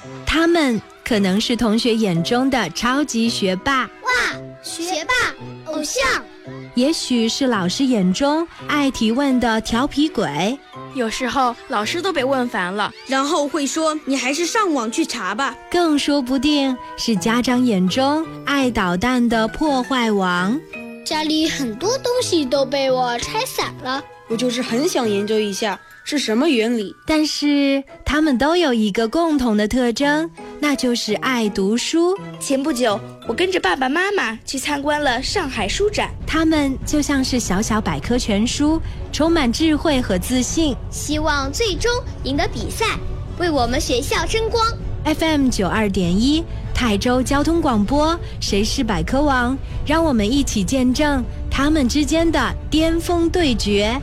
他们可能是同学眼中的超级学霸， 哇，学霸偶像， 也许是老师眼中爱提问的调皮鬼， 有时候老师都被问烦了， 然后会说你还是上网去查吧， 更说不定是家长眼中爱捣蛋的破坏王。 家里很多东西都被我拆散了， 我就是很想研究一下是什么原理。 但是他们都有一个共同的特征，那就是爱读书。 前不久我跟着爸爸妈妈去参观了上海书展， 他们就像是小小百科全书，充满智慧和自信， 希望最终赢得比赛，为我们学校争光。 FM 92.1泰州交通广播，谁是百科王？让我们一起见证他们之间的巅峰对决。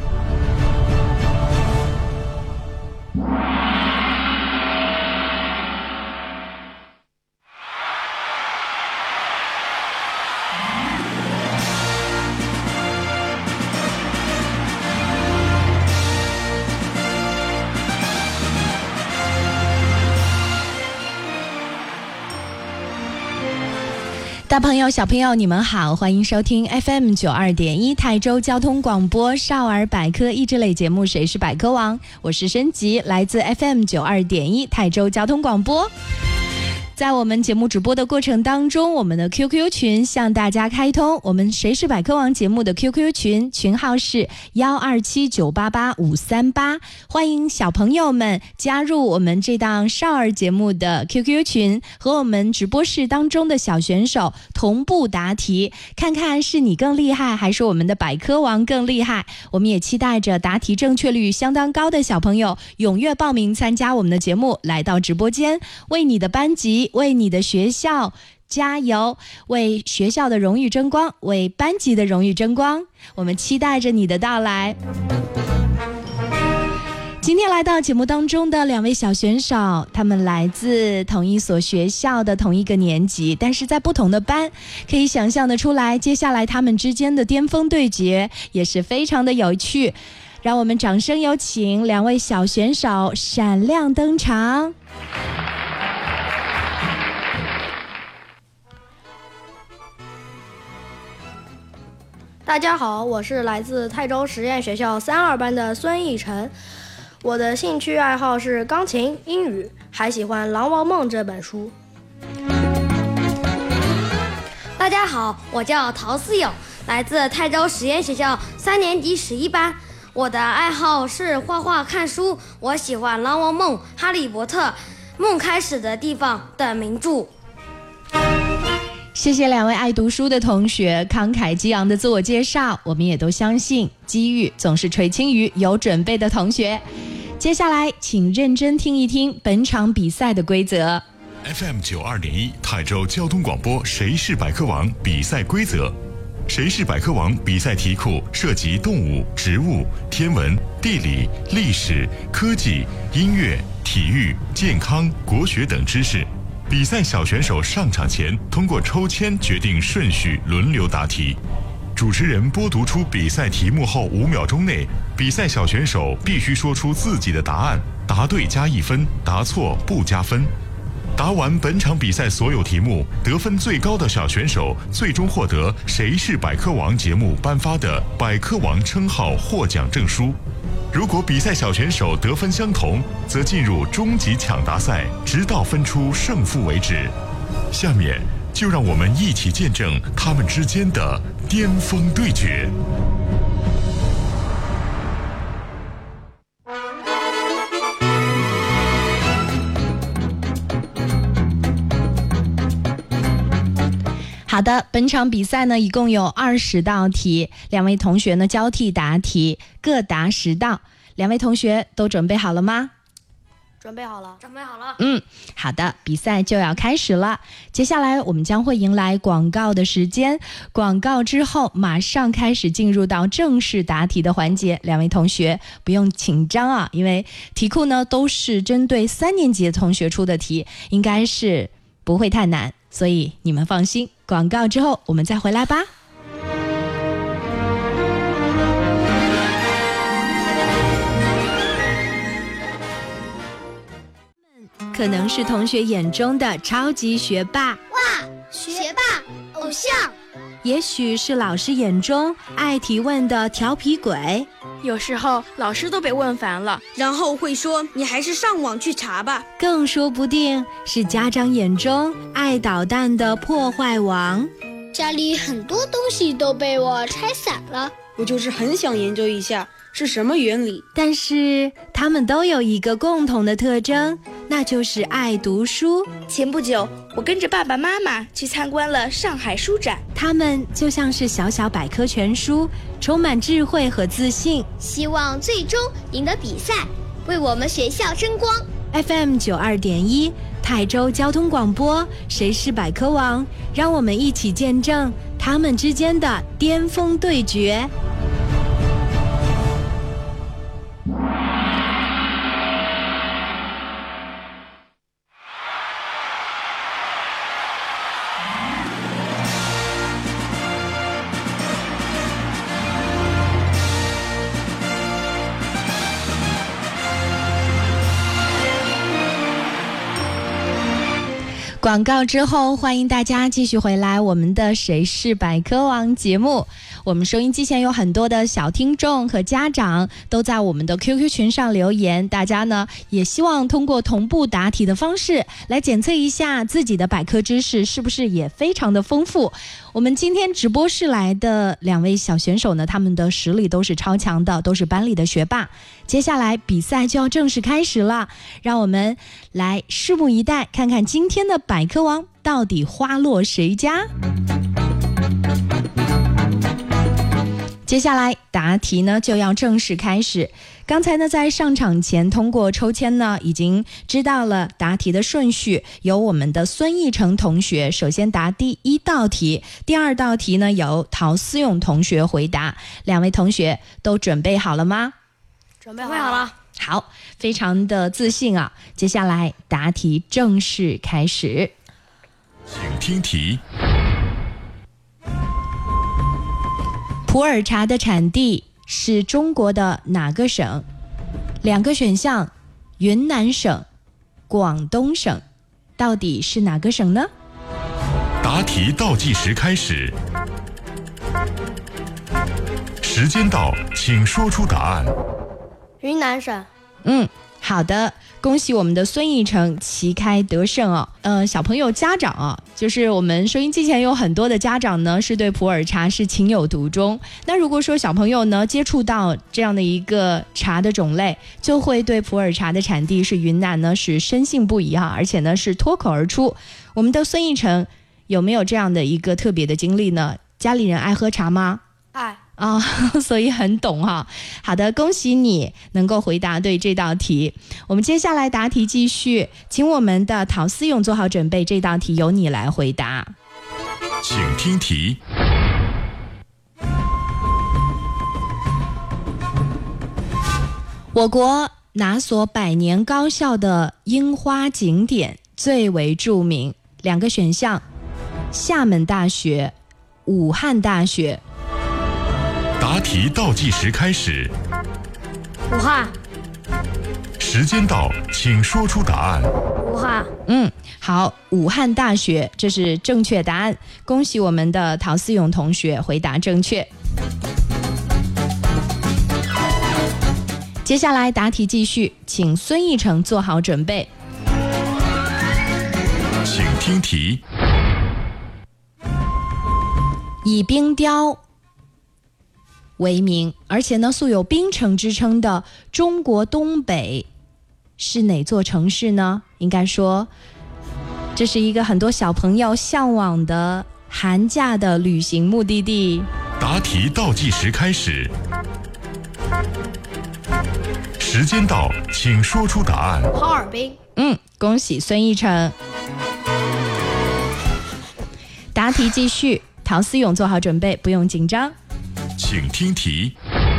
大朋友小朋友你们好，欢迎收听 FM 92.1泰州交通广播少儿百科益智类节目谁是百科王，我是申吉，来自 FM 92.1泰州交通广播。在我们节目直播的过程当中，我们的 QQ 群向大家开通，我们谁是百科王节目的 QQ 群，群号是127988538，欢迎小朋友们加入我们这档少儿节目的 QQ 群，和我们直播室当中的小选手同步答题，看看是你更厉害还是我们的百科王更厉害。我们也期待着答题正确率相当高的小朋友踊跃报名参加我们的节目，来到直播间，为你的班级为你的学校加油，为学校的荣誉争光，为班级的荣誉争光，我们期待着你的到来。今天来到节目当中的两位小选手，他们来自同一所学校的同一个年级，但是在不同的班，可以想象得出来，接下来他们之间的巅峰对决也是非常的有趣。让我们掌声有请两位小选手闪亮登场。 大家好，我是来自泰州实验学校32班的孙逸晨，我的兴趣爱好是钢琴、英语，还喜欢《狼王梦》这本书。 大家好，我叫陶思勇，来自泰州实验学校3年级11班，我的爱好是画画、看书，我喜欢《狼王梦》、《哈利波特》、《梦开始的地方》等名著。 谢谢两位爱读书的同学慷慨激昂的自我介绍，我们也都相信机遇总是垂青于有准备的同学。接下来请认真听一听本场比赛的规则。 FM 92.1泰州交通广播谁是百科王比赛规则。谁是百科王比赛题库涉及动物、植物、天文、地理、历史、科技、音乐、体育、健康、国学等知识。比赛小选手上场前通过抽签决定顺序，轮流答题。主持人播读出比赛题目后5秒钟内，比赛小选手必须说出自己的答案，答对加1分，答错不加分。答完本场比赛所有题目，得分最高的小选手最终获得谁是百科王节目颁发的百科王称号获奖证书。如果比赛小选手得分相同，则进入终极抢答赛，直到分出胜负为止。下面就让我们一起见证他们之间的巅峰对决。 好的，本场比赛呢一共有20道题，两位同学呢交替答题，各答10道。两位同学都准备好了吗？ 准备好了。 好的，比赛就要开始了。接下来我们将会迎来广告的时间，广告之后马上开始进入到正式答题的环节。两位同学不用紧张啊，因为题库呢都是针对3年级的同学出的题，应该是不会太难，所以你们放心。广告之后我们再回来吧。 可能是同学眼中的超级学霸， 哇，学霸，偶像。 也许是老师眼中爱提问的调皮鬼， 有时候老师都被问烦了， 然后会说你还是上网去查吧。 更说不定是家长眼中爱捣蛋的破坏王。 家里很多东西都被我拆散了， 我就是很想研究一下是什么原理。 但是他们都有一个共同的特征，那就是爱读书。 前不久，我跟着爸爸妈妈去参观了上海书展， 他们就像是小小百科全书，充满智慧和自信。 希望最终赢得比赛，为我们学校争光。 FM 92.1泰州交通广播，谁是百科王？让我们一起见证他们之间的巅峰对决。广告之后，欢迎大家继续回来我们的谁是百科王节目。我们收音机前有很多的小听众和家长都在我们的 QQ 群上留言，大家呢也希望通过同步答题的方式来检测一下自己的百科知识是不是也非常的丰富。我们今天直播室来的2位小选手呢，他们的实力都是超强的，都是班里的学霸。接下来比赛就要正式开始了，让我们来拭目以待，看看今天的百科王到底花落谁家。接下来答题呢就要正式开始。刚才呢在上场前通过抽签呢已经知道了答题的顺序，由我们的孙艺成同学首先答第1道题，第2道题呢由陶思勇同学回答。2位同学都准备好了吗？ 准备好了。 好，非常的自信啊。接下来答题正式开始， 请听题。 普洱茶的产地是中国的哪个省？2个选项，云南省、广东省，到底是哪个省呢？ 答题倒计时开始，时间到，请说出答案。 云南省。 好的，恭喜我们的孙艺成旗开得胜哦。小朋友家长啊，就是我们收音机前有很多的家长呢，是对普洱茶是情有独钟。那如果说小朋友呢接触到这样的一个茶的种类，就会对普洱茶的产地是云南呢是深信不疑哈，而且呢是脱口而出。我们的孙艺成有没有这样的一个特别的经历呢？家里人爱喝茶吗？ 爱。 所以很懂哈。好的，恭喜你能够回答对这道题。我们接下来答题继续，请我们的陶思勇做好准备，这道题由你来回答。 请听题。 我国哪所百年高校的樱花景点最为著名？2个选项，厦门大学、武汉大学。 答题倒计时开始， 武汉。 时间到，请说出答案。 武汉。 好，武汉大学，这是正确答案。恭喜我们的陶思勇同学回答正确。接下来答题继续，请孙艺成做好准备。 请听题。 以冰雕为名，而且呢素有冰城之称的中国东北是哪座城市呢？应该说这是一个很多小朋友向往的寒假的旅行目的地。 答题倒计时开始，时间到，请说出答案。 哈尔滨。 恭喜孙艺成。答题继续，陶思勇做好准备，不用紧张。 请听题。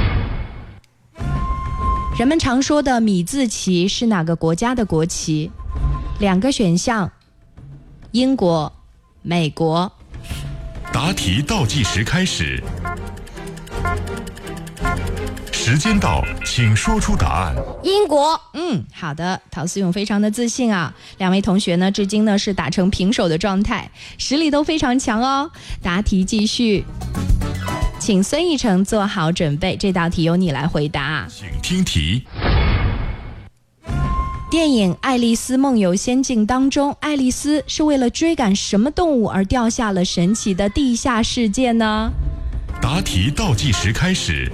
人们常说的米字旗是哪个国家的国旗？2个选项，英国、美国。 答题倒计时开始，时时间到，请说出答案。 英国。 好的，陶思勇非常的自信啊。两位同学呢，至今呢是打成平手的状态，实力都非常强哦。答题继续，请孙艺成做好准备，这道题由你来回答。 请听题。 电影《爱丽丝梦游仙境》当中，爱丽丝是为了追赶什么动物而掉下了神奇的地下世界呢？ 答题倒计时开始。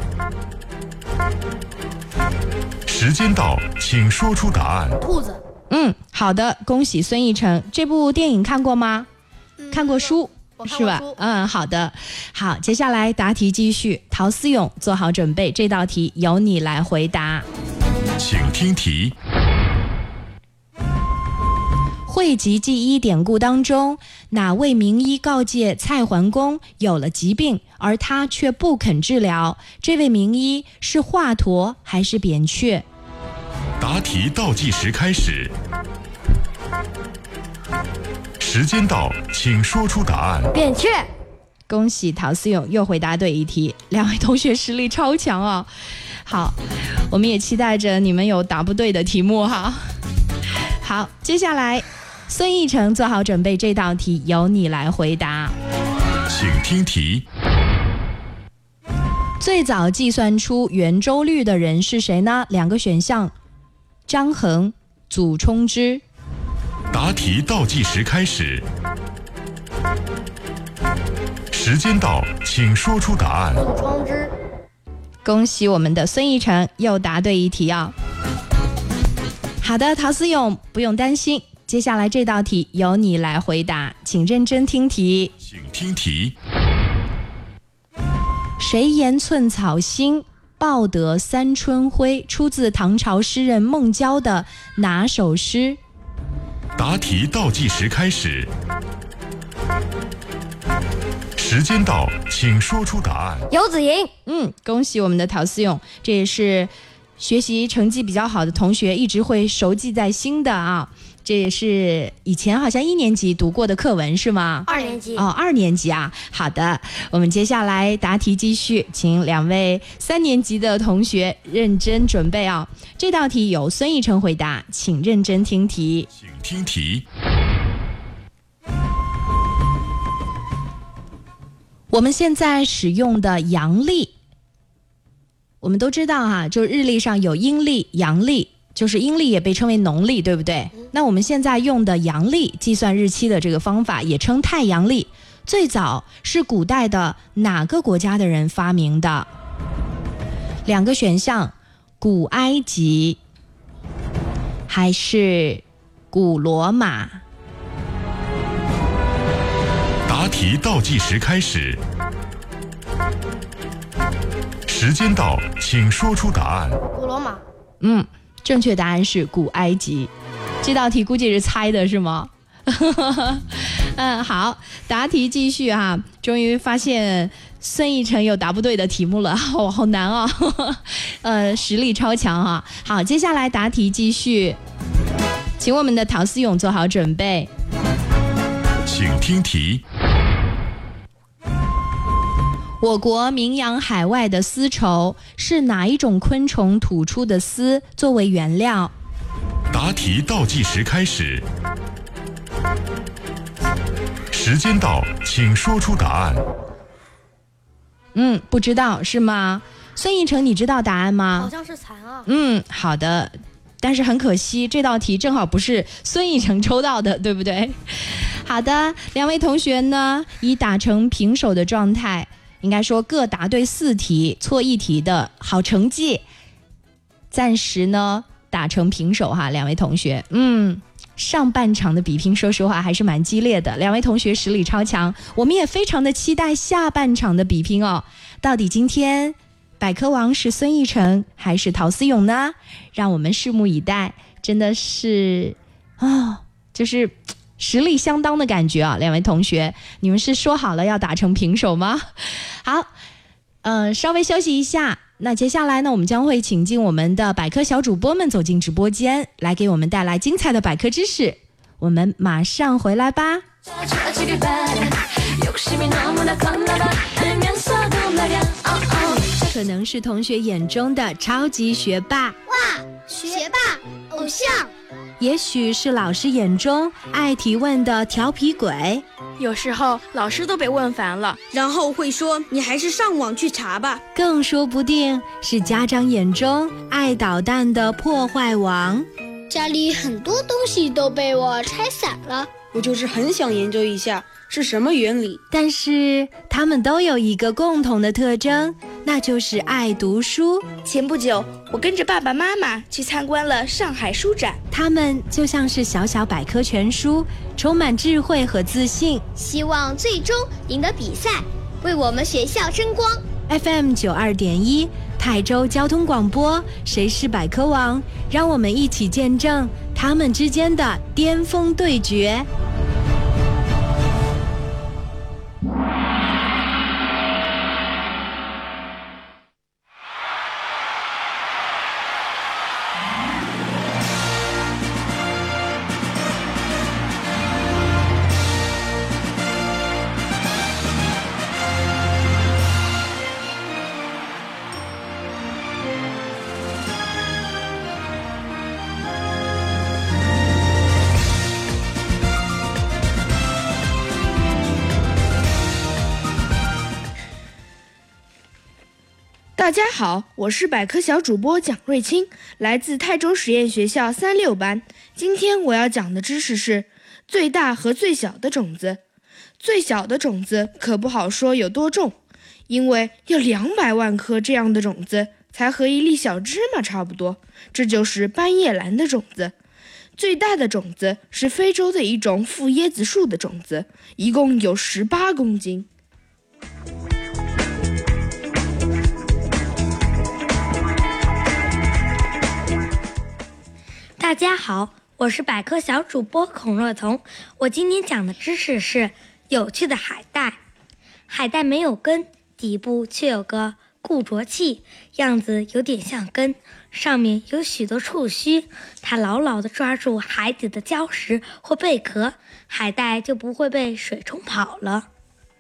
时间到，请说出答案。 兔子。 好的，恭喜孙艺成。这部电影看过吗？看过书。 我看过书。 是吧？好的。好，接下来答题继续。陶思勇做好准备，这道题由你来回答。 请听题。 汇集记忆典故当中，哪位名医告诫蔡桓公有了疾病，而他却不肯治疗？这位名医是华佗还是扁鹊？ 答题倒计时开始。时间到，请说出答案。 扁鹊。 恭喜陶思勇又回答对一题，两位同学实力超强哦。好，我们也期待着你们有答不对的题目哈。好，接下来孙艺成做好准备，这道题由你来回答。 请听题。 最早计算出圆周率的人是谁呢？两个选项：张衡、祖冲之。 答题倒计时开始。时间到，请说出答案。 祖冲之。 恭喜我们的孙艺成又答对一题啊！好的，陶思勇不用担心，接下来这道题由你来回答，请认真听题。 请听题。 谁言寸草心，报得三春晖，出自唐朝诗人孟郊的哪首诗？ 答题倒计时开始。时间到，请说出答案。 游子吟。 恭喜我们的陶思勇，这也是学习成绩比较好的同学一直会熟记在心的啊。这也是以前好像1年级读过的课文是吗 ？2年级。 2年级啊。好的，我们接下来答题继续，请两位3年级的同学认真准备啊。这道题由孙艺成回答，请认真听题。 请听题。 我们现在使用的阳历，我们都知道哈，就日历上有阴历、阳历，就是阴历也被称为农历，对不对？那我们现在用的阳历计算日期的这个方法也称太阳历，最早是古代的哪个国家的人发明的？两个选项：古埃及还是古罗马？ 答题倒计时开始。时间到，请说出答案。 古罗马。 正确答案是古埃及。这道题估计是猜的是吗？好，答题继续哈。终于发现孙艺成有答不对的题目了，好难啊！实力超强哈。好，接下来答题继续，请我们的陶思勇做好准备。 请听题。 我国名扬海外的丝绸是哪一种昆虫吐出的丝作为原料？ 答题倒计时开始。时间到，请说出答案。 不知道是吗？孙艺成，你知道答案吗？ 好像是蚕啊。 好的，但是很可惜，这道题正好不是孙艺成抽到的，对不对？好的，两位同学呢已打成平手的状态，应该说各答对4题，错1题的好成绩，暂时呢打成平手哈。两位同学，上半场的比拼说实话还是蛮激烈的，两位同学实力超强，我们也非常的期待下半场的比拼哦。到底今天百科王是孙艺成还是陶思勇呢？让我们拭目以待，真的是就是实力相当的感觉啊。两位同学，你们是说好了要打成平手吗？好，稍微休息一下，那接下来呢，我们将会请进我们的百科小主播们走进直播间，来给我们带来精彩的百科知识。我们马上回来吧。 可能是同学眼中的超级学霸， 哇，学霸偶像。 也许是老师眼中爱提问的调皮鬼， 有时候老师都被问烦了， 然后会说你还是上网去查吧。 更说不定是家长眼中爱捣蛋的破坏王。 家里很多东西都被我拆散了， 我就是很想研究一下是什么原理。 但是他们都有一个共同的特征，那就是爱读书。 前不久，我跟着爸爸妈妈去参观了上海书展， 他们就像是小小百科全书，充满智慧和自信。 希望最终赢得比赛，为我们学校争光。 FM 92.1泰州交通广播，谁是百科王？让我们一起见证他们之间的巅峰对决。 大家好，我是百科小主播蒋瑞清，来自泰州实验学校36班。今天我要讲的知识是最大和最小的种子。最小的种子可不好说有多重，因为要200万颗这样的种子才和一粒小芝麻差不多，这就是斑叶兰的种子。最大的种子是非洲的一种副椰子树的种子，一共有18公斤。 大家好，我是百科小主播孔若彤。我今天讲的知识是有趣的海带。海带没有根，底部却有个固着器，样子有点像根，上面有许多触须，它牢牢地抓住海底的礁石或贝壳，海带就不会被水冲跑了。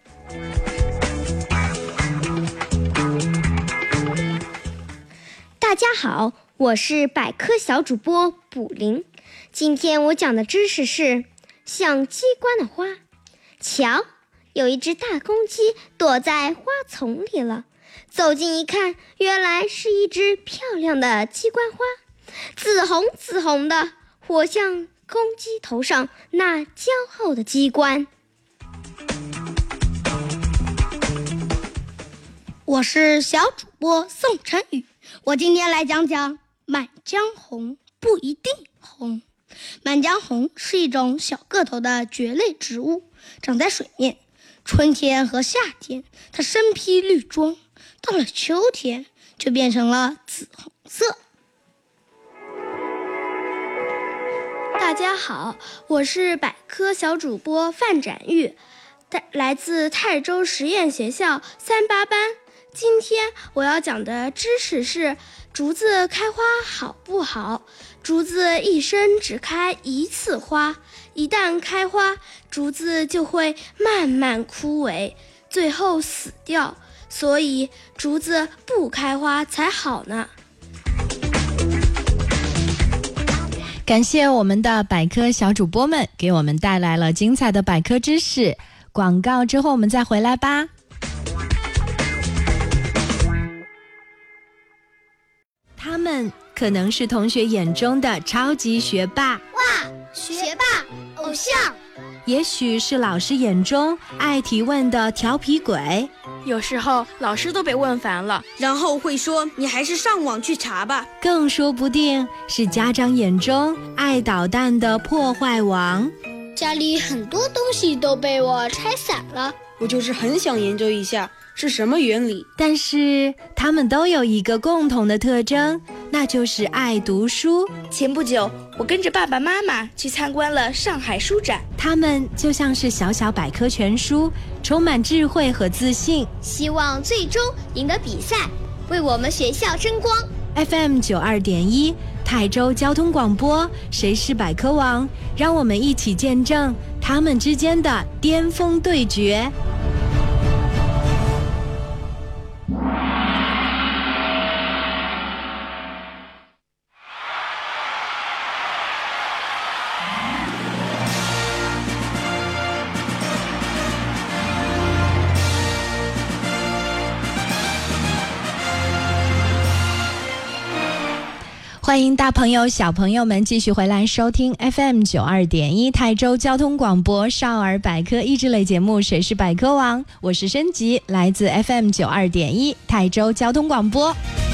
大家好，我是百科小主播卜林。今天我讲的知识是像机关的花。瞧，有一只大公鸡躲在花丛里了，走近一看，原来是一只漂亮的鸡冠花，紫红紫红的，活像公鸡头上那骄傲的鸡冠。 我是小主播宋晨宇，我今天来讲讲满江红不一定红。满江红是一种小个头的蕨类植物，长在水面。春天和夏天它身披绿装，到了秋天就变成了紫红色。 大家好，我是百科小主播范展玉，来自泰州实验学校38班。今天我要讲的知识是竹子开花好不好？竹子一生只开一次花，一旦开花，竹子就会慢慢枯萎，最后死掉。所以竹子不开花才好呢。 感谢我们的百科小主播们给我们带来了精彩的百科知识。广告之后我们再回来吧。他们可能是同学眼中的超级学霸， 哇，学霸偶像。 也许是老师眼中爱提问的调皮鬼， 有时候老师都被问烦了， 然后会说你还是上网去查吧。 更说不定是家长眼中爱捣蛋的破坏王。 家里很多东西都被我拆散了， 我就是很想研究一下是什么原理。 但是他们都有一个共同的特征，那就是爱读书。 前不久，我跟着爸爸妈妈去参观了上海书展， 他们就像是小小百科全书，充满智慧和自信。 希望最终赢得比赛，为我们学校争光。 FM 92.1泰州交通广播，谁是百科王？让我们一起见证他们之间的巅峰对决。 欢迎大朋友小朋友们继续回来收听 FM92.1 泰州交通广播少儿百科益智类节目谁是百科王，我是申吉，来自 FM92.1 泰州交通广播。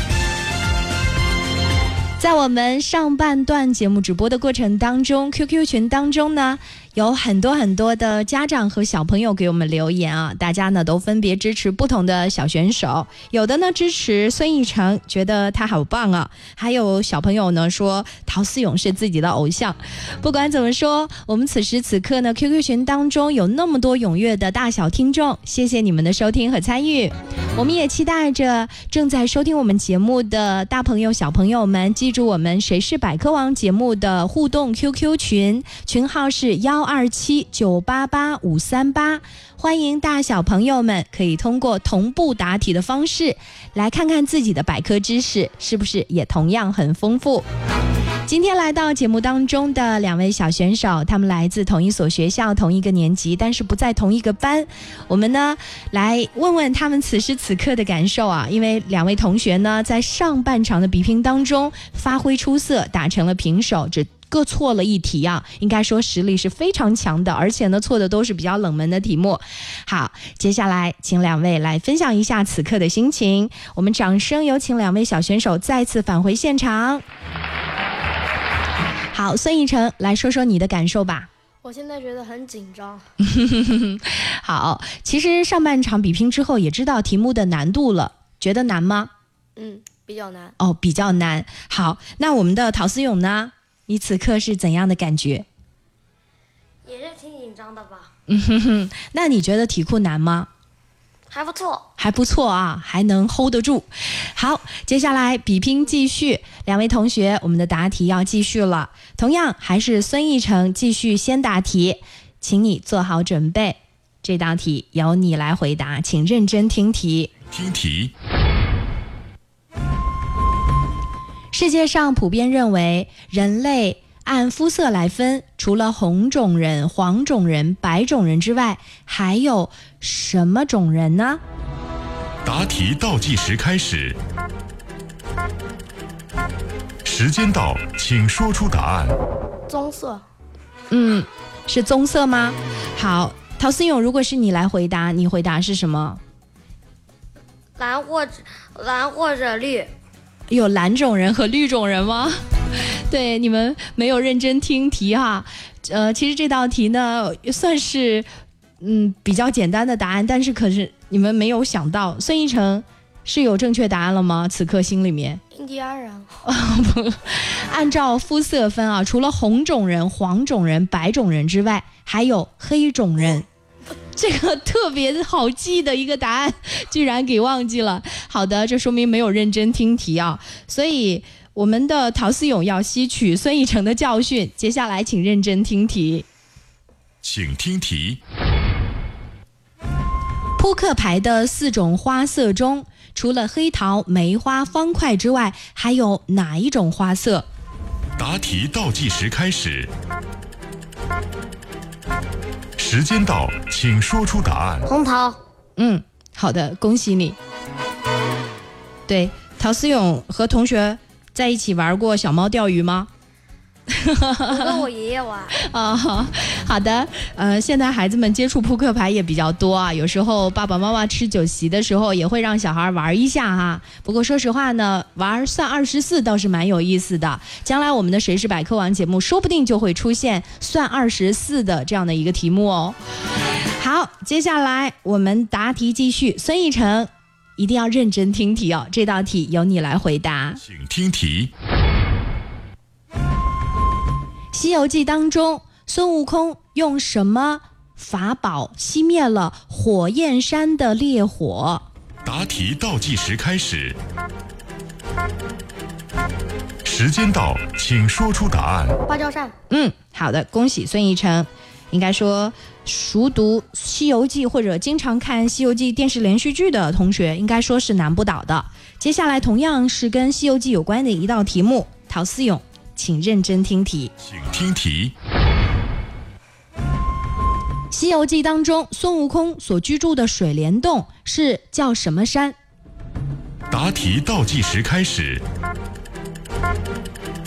在我们上半段节目直播的过程当中， QQ 群当中呢有很多的家长和小朋友给我们留言啊，大家呢都分别支持不同的小选手，有的呢支持孙艺成，觉得他好棒啊，还有小朋友呢说陶思勇是自己的偶像。不管怎么说，我们此时此刻呢 QQ 群当中有那么多踊跃的大小听众，谢谢你们的收听和参与。我们也期待着正在收听我们节目的大朋友小朋友们，记住我们谁是百科王节目的互动 QQ 群，群号是127988538，欢迎大小朋友们可以通过同步答题的方式来看看自己的百科知识是不是也同样很丰富。今天来到节目当中的两位小选手，他们来自同一所学校同一个年级，但是不在同一个班。我们呢来问问他们此时此刻的感受啊，因为两位同学呢在上半场的比拼当中发挥出色，打成了平手，只各错了一题啊，应该说实力是非常强的，而且呢错的都是比较冷门的题目。好，接下来请两位来分享一下此刻的心情，我们掌声有请两位小选手再次返回现场。好，孙艺成来说说你的感受吧。 我现在觉得很紧张。 好，其实上半场比拼之后也知道题目的难度了，觉得难吗？ 比较难。 哦，比较难。好，那我们的陶思勇呢？你此刻是怎样的感觉？ 也是挺紧张的吧。 那你觉得题库难吗？ 还不错， 还不错啊，还能 hold 得住。好，接下来比拼继续，两位同学，我们的答题要继续了。同样还是孙艺成继续先答题，请你做好准备，这道题由你来回答，请认真听题。 听题。 世界上普遍认为人类按肤色来分，除了红种人、黄种人、白种人之外，还有什么种人呢？ 答题倒计时开始，时间到，请说出答案。 棕色。 是棕色吗？好，陶思勇，如果是你来回答，你回答是什么？ 蓝或者绿。 有蓝种人和绿种人吗？对，你们没有认真听题哈。其实这道题呢算是比较简单的答案，但是可是你们没有想到，孙艺成是有正确答案了吗？此刻心里面印第安人。 按照肤色分啊，除了红种人、黄种人、白种人之外，还有黑种人。这个特别好记的一个答案居然给忘记了。好的，这说明没有认真听题啊。所以我们的陶思勇要吸取孙艺成的教训，接下来请认真听题。 请听题。 扑克牌的4种花色中，除了黑桃、梅花、方块之外，还有哪一种花色？ 答题倒计时开始，时间到，请说出答案。 红桃。 好的，恭喜你。对，陶思勇和同学在一起玩过小猫钓鱼吗？ 我跟我爷爷玩。 好的，现在孩子们接触扑克牌也比较多啊，有时候爸爸妈妈吃酒席的时候也会让小孩玩一下哈。不过说实话呢，玩算24倒是蛮有意思的，将来我们的谁是百科王节目说不定就会出现算24的这样的一个题目哦。好，接下来我们答题继续，孙艺成一定要认真听题哦，这道题由你来回答。 请听题。 西游记当中，孙悟空用什么法宝熄灭了火焰山的烈火？ 答题倒计时开始，时间到，请说出答案。 芭蕉扇。 好的，恭喜孙艺成。应该说熟读西游记或者经常看西游记电视连续剧的同学应该说是难不倒的。接下来同样是跟西游记有关的一道题目，陶思勇请认真听题。 请听题。 西游记当中，孙悟空所居住的水帘洞是叫什么山？ 答题倒计时开始，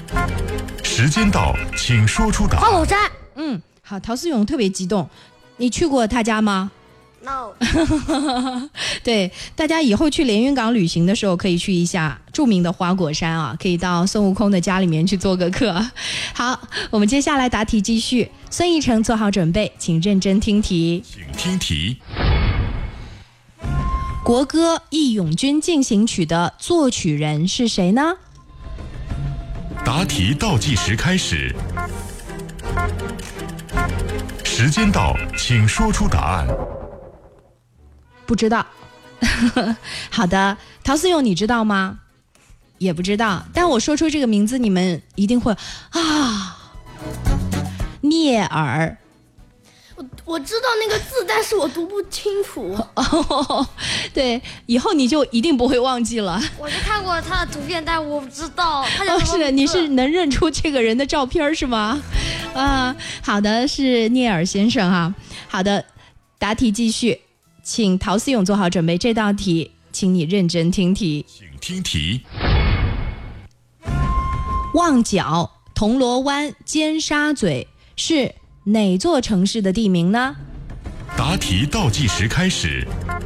时间到，请说出答案。 花果山。 好，陶思勇特别激动，你去过他家吗？ No。 对，大家以后去连云港旅行的时候，可以去一下著名的花果山啊，可以到孙悟空的家里面去做个客。好，我们接下来答题继续。孙艺成做好准备，请认真听题。 请听题。 国歌《义勇军进行曲》的作曲人是谁呢？ 答题倒计时开始。时间到，请说出答案。 不知道。好的，陶思勇你知道吗？也不知道，但我说出这个名字，你们一定会啊，聂耳。 我知道那个字，但是我读不清楚。 对，以后你就一定不会忘记了。 我就看过他的图片，但我不知道他叫什么名字。 是的，你是能认出这个人的照片是吗？好的，是聂耳先生哈。好的，答题继续，请陶思勇做好准备。这道题，请你认真听题。 请听题。 旺角、铜锣湾、尖沙咀是哪座城市的地名呢？ 答题倒计时开始。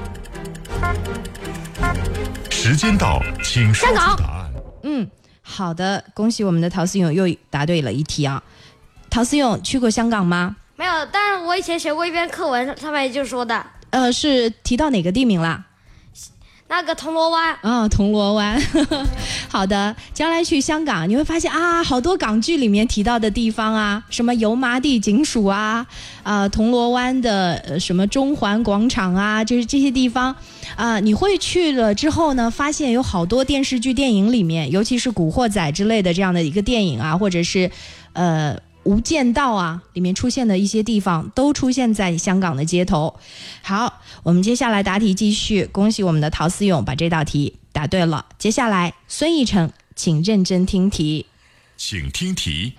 时间到，请说出答案。 好的，恭喜我们的陶思勇又答对了一题啊。陶思勇去过香港吗？ 没有，但是我以前学过一篇课文，上面就说的。 是提到哪个地名啦？ 那个铜锣湾。 铜锣湾。好的，将来去香港你会发现啊，好多港剧里面提到的地方啊，什么油麻地警署啊，铜锣湾的什么中环广场啊，就是这些地方你会去了之后呢，发现有好多电视剧电影里面，尤其是古惑仔之类的这样的一个电影啊，或者是无间道啊里面出现的一些地方都出现在香港的街头。好，我们接下来答题继续，恭喜我们的陶思勇把这道题答对了。接下来孙艺成请认真听题。 请听题。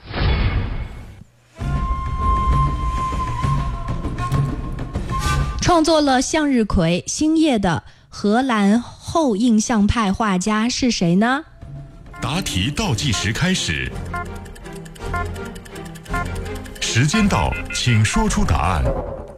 创作了向日葵、星夜的荷兰后印象派画家是谁呢？ 答题倒计时开始。时间到，请说出答案。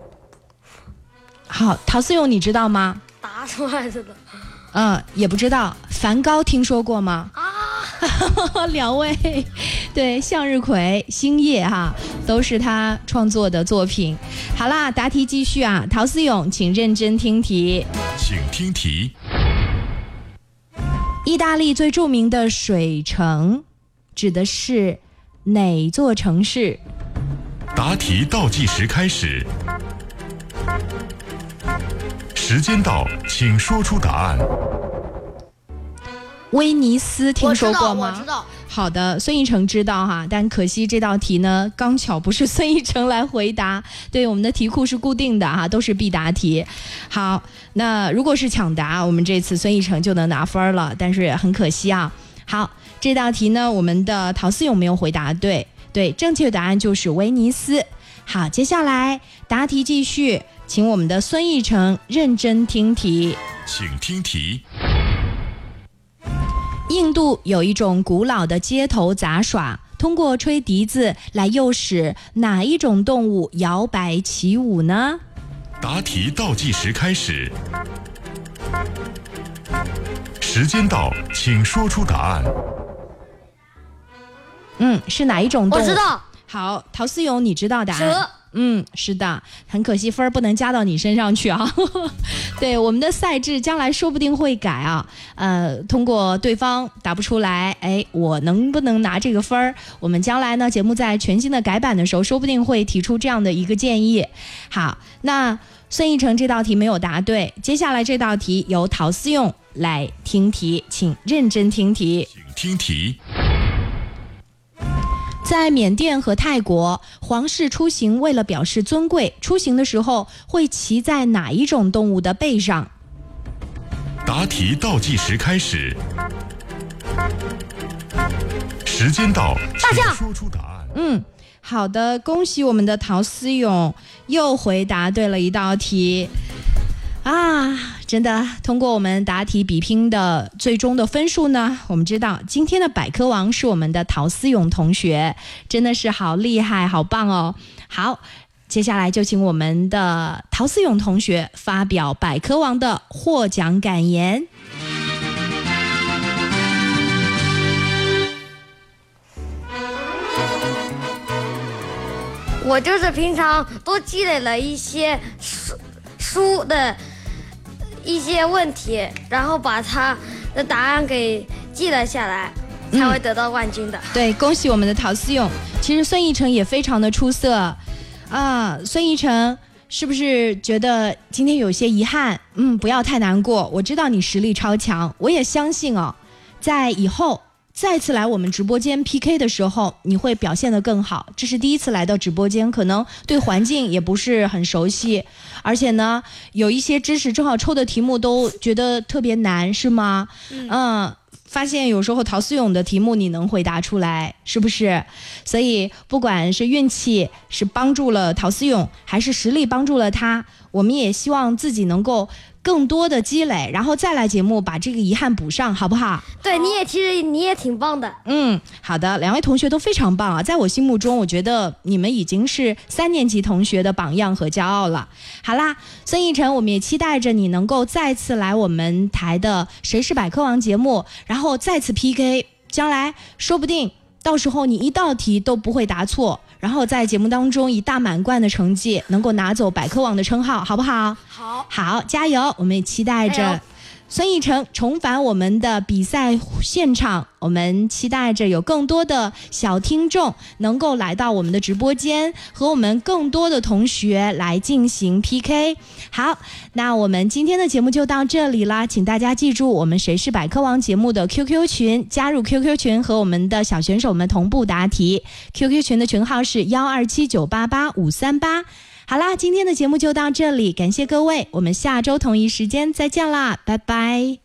好，陶思勇你知道吗？ 答出来的。 也不知道。梵高听说过吗？两位，对，向日葵、星夜哈，都是他创作的作品。好啦，答题继续啊，陶思勇请认真听题。 请听题。 意大利最著名的水城指的是哪座城市？ 答题倒计时开始。时间到，请说出答案。 威尼斯听说过吗？ 我知道。 好的，孙艺成知道哈，但可惜这道题呢，刚巧不是孙艺成来回答。对，我们的题库是固定的哈，都是必答题。好，那如果是抢答，我们这次孙艺成就能拿分了，但是很可惜啊。好，这道题呢，我们的陶思勇没有回答对。对，正确答案就是威尼斯。好，接下来答题继续，请我们的孙艺成认真听题。 请听题。 印度有一种古老的街头杂耍，通过吹笛子来诱使哪一种动物摇摆起舞呢？ 答题倒计时开始。时间到，请说出答案。 是哪一种动物？ 我知道。 好，陶思勇你知道答案？ 蛇。 是的，很可惜分不能加到你身上去啊。对，我们的赛制将来说不定会改啊。通过对方答不出来，我能不能拿这个分儿？我们将来呢，节目在全新的改版的时候，说不定会提出这样的一个建议。好，那孙艺成这道题没有答对，接下来这道题由陶思勇来听题，请认真听题。 请听题。 在缅甸和泰国，皇室出行为了表示尊贵，出行的时候会骑在哪一种动物的背上？ 答题倒计时开始。时间到，请说出答案。 好的，恭喜我们的陶思勇又回答对了一道题。 啊，真的，通过我们答题比拼的最终的分数呢，我们知道今天的百科王是我们的陶思勇同学，真的是好厉害，好棒哦。好，接下来就请我们的陶思勇同学发表百科王的获奖感言。 我就是平常多积累了一些书的一些问题，然后把它的答案给记了下来，才会得到冠军的。 对，恭喜我们的陶思勇。其实孙艺成也非常的出色啊。孙艺成是不是觉得今天有些遗憾？不要太难过，我知道你实力超强，我也相信哦，在以后再次来我们直播间 PK 的时候，你会表现得更好。这是第一次来到直播间，可能对环境也不是很熟悉，而且呢，有一些知识正好抽的题目都觉得特别难，是吗？发现有时候陶思勇的题目你能回答出来，是不是？所以不管是运气是帮助了陶思勇，还是实力帮助了他，我们也希望自己能够更多的积累，然后再来节目把这个遗憾补上，好不好？ 对，其实你也挺棒的。 好的，两位同学都非常棒啊，在我心目中，我觉得你们已经是3年级同学的榜样和骄傲了。好啦，孙艺成，我们也期待着你能够再次来我们台的谁是百科王节目，然后再次 PK， 将来说不定到时候你一道题都不会答错，然后在节目当中以大满贯的成绩能够拿走百科王的称号，好不好？好，加油！我们也期待着孙艺成重返我们的比赛现场，我们期待着有更多的小听众能够来到我们的直播间，和我们更多的同学来进行 PK。 好，那我们今天的节目就到这里啦，请大家记住我们谁是百科王节目的 QQ 群，加入 QQ 群和我们的小选手们同步答题。 QQ 群的群号是127988538。好啦，今天的节目就到这里，感谢各位，我们下周同一时间再见啦，拜拜。